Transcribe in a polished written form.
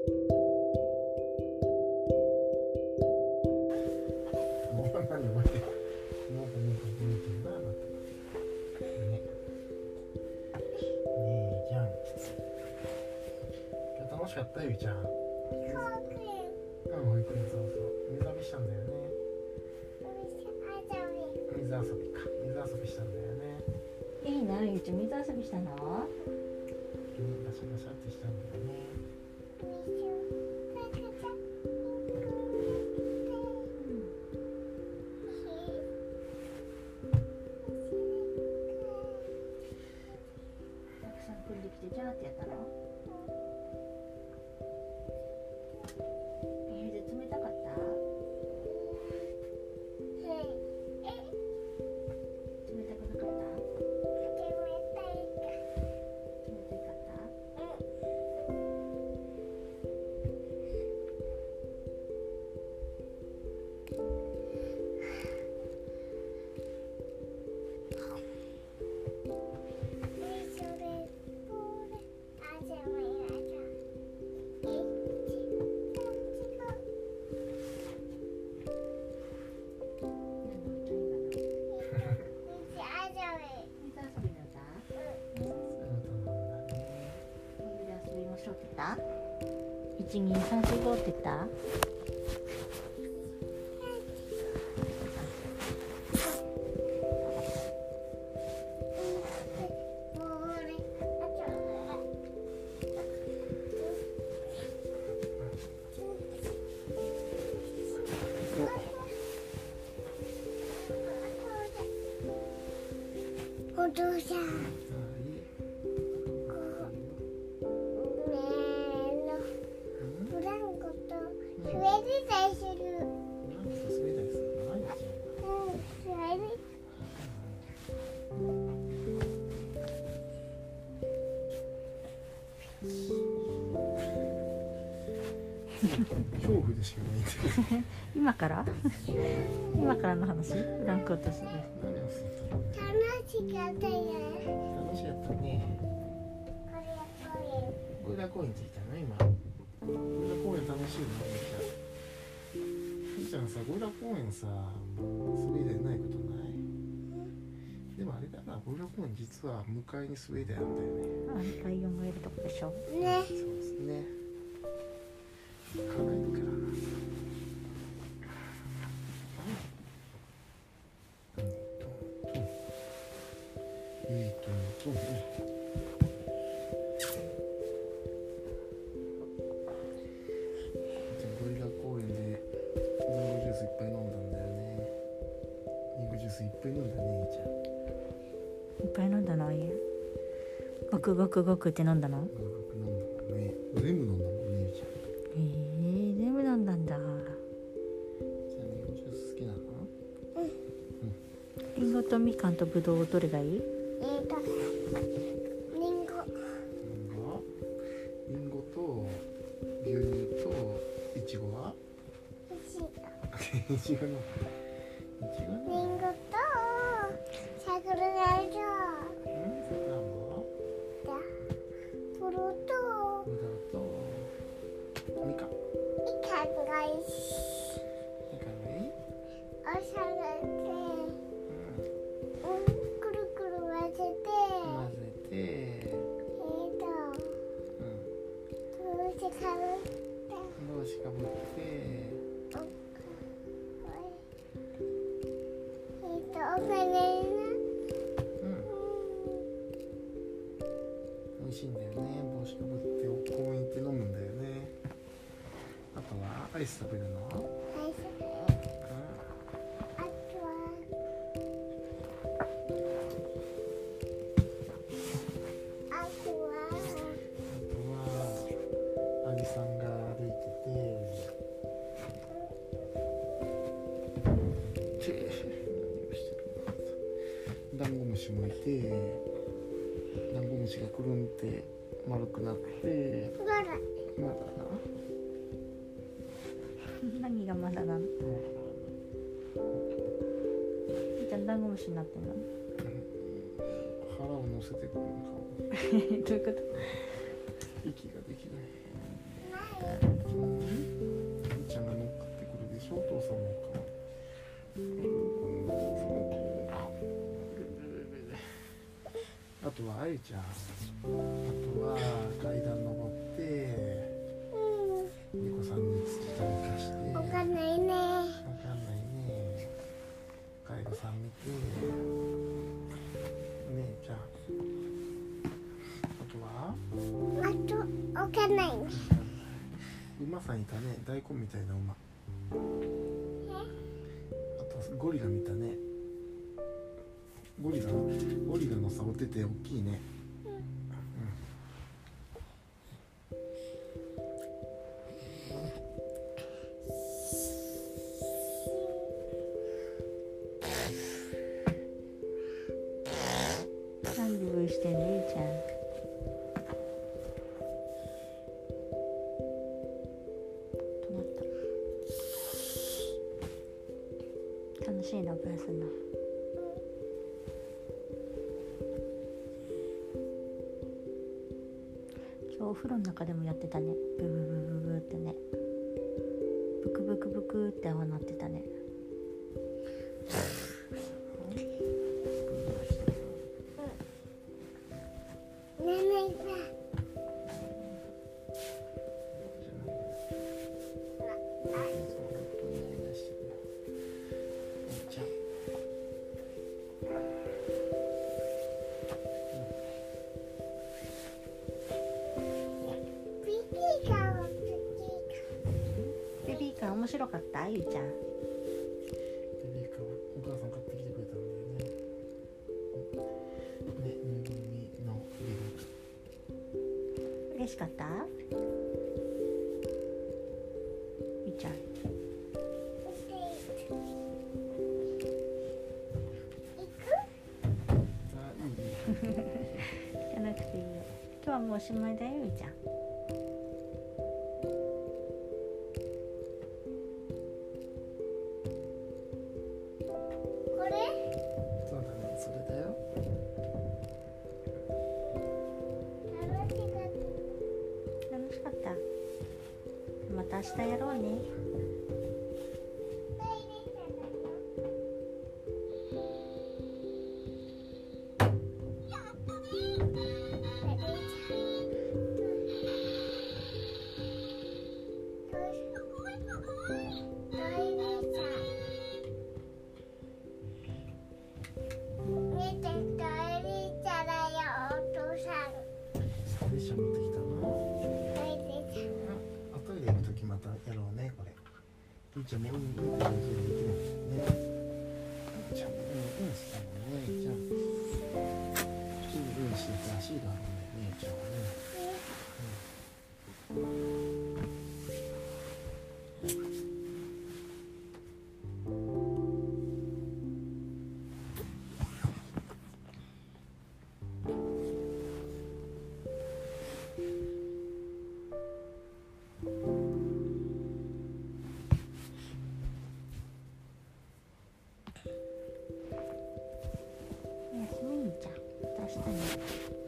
楽しかったゆいちゃん。保育園、そうそう。水浴びしたんだよね。水遊びか。水遊びしたんだよね。 いいな、ゆいちゃん水遊びしたの？ ガシャガシャってしたんだよね。 たくさん飛んできてジャーってやったの？水冷たかった？冷たくなかった？冷たかった？1、2、3、4、5って言った？ お父さん。 恐怖でしかないんだけど。 今からの話？ブランコとする。 何をするんだろうね。 楽しかったよ。 楽しかったね。ゴリラ公園着いたの今。ゴリラ公園楽しいのみーちゃんさ、ゴリラ公園さ、滑り台ないことない？でもあれだな、ゴリラ公園実は向かいに滑り台あんだよね。 ライオンがいるとこでしょ。 ね。 そうですね。可愛いからな。ゴリラ公園でリンゴジュースいっぱい飲んだんだよね。リンゴジュースいっぱい飲んだね、いいちゃん。 いっぱい飲んだの？ごくごくごくって飲んだの？ 飲んだもんね。全部飲んだもんね、いいちゃん。 全部飲んだんだ。 じゃあリンゴジュース好きなの？ リンゴとみかんとぶどうどれがいい？ リンゴ。 リンゴと牛乳といちごは？いちごの。 リンゴとさくらんぼ。 さくらんぼ？ ぶどうとぶどうとみかん。 みかんがいい。 みかんがいい？ おしゃれで、くるくる混ぜて、 帽子かぶって、 お金な。 美味しいんだよね。帽子かぶって公園行って飲むんだよね。あとはアイス食べるの？ あとはアリさんが歩いてて、何をしてるの？ダンゴムシもいて、ダンゴムシがくるんって丸くなって、まだな。 何がまだなの？じゃあダンゴムシになってんの？ 腹を乗せてくるの顔。 どういうこと？ 息ができない。 ちゃん。あとは階段登って猫さんに土食べかして。 わかんないね。 わかんないね。カエルさん見て姉ちゃん。あとはあとわかんないね。 馬さんいたね。大根みたいな馬。あとゴリラ見たね。ゴリラのさお手手大きいね。 なんでブーしてんのゆいちゃん。止まった。楽しいのブーすんの。今日お風呂の中でもやってたね。ブブブブブってね。ブクブクブクって泡鳴ってたね。 ねえねえさ。 ベビーカー面白かったゆいちゃん。 ベビーカーお母さん買ってきてくれたんだよね。ね、ぬいぐるみのベビーカー。 嬉しかったゆいちゃん。 あ、いいね。 じゃなくていいよ。今日はもうおしまいだよゆいちゃん。 これ？ そうだね、それだよ。 楽しかった。また明日やろうね。 列車持ってきたな。あ、トイレ行くときまたやろうね、これ。ゆいちゃんもうんってできないね。ゆいちゃんもうんしたもんね、ゆいちゃん。うんしてて足があるんだよね、ゆいちゃんはね。 おやすみゆいちゃん。また明日ね。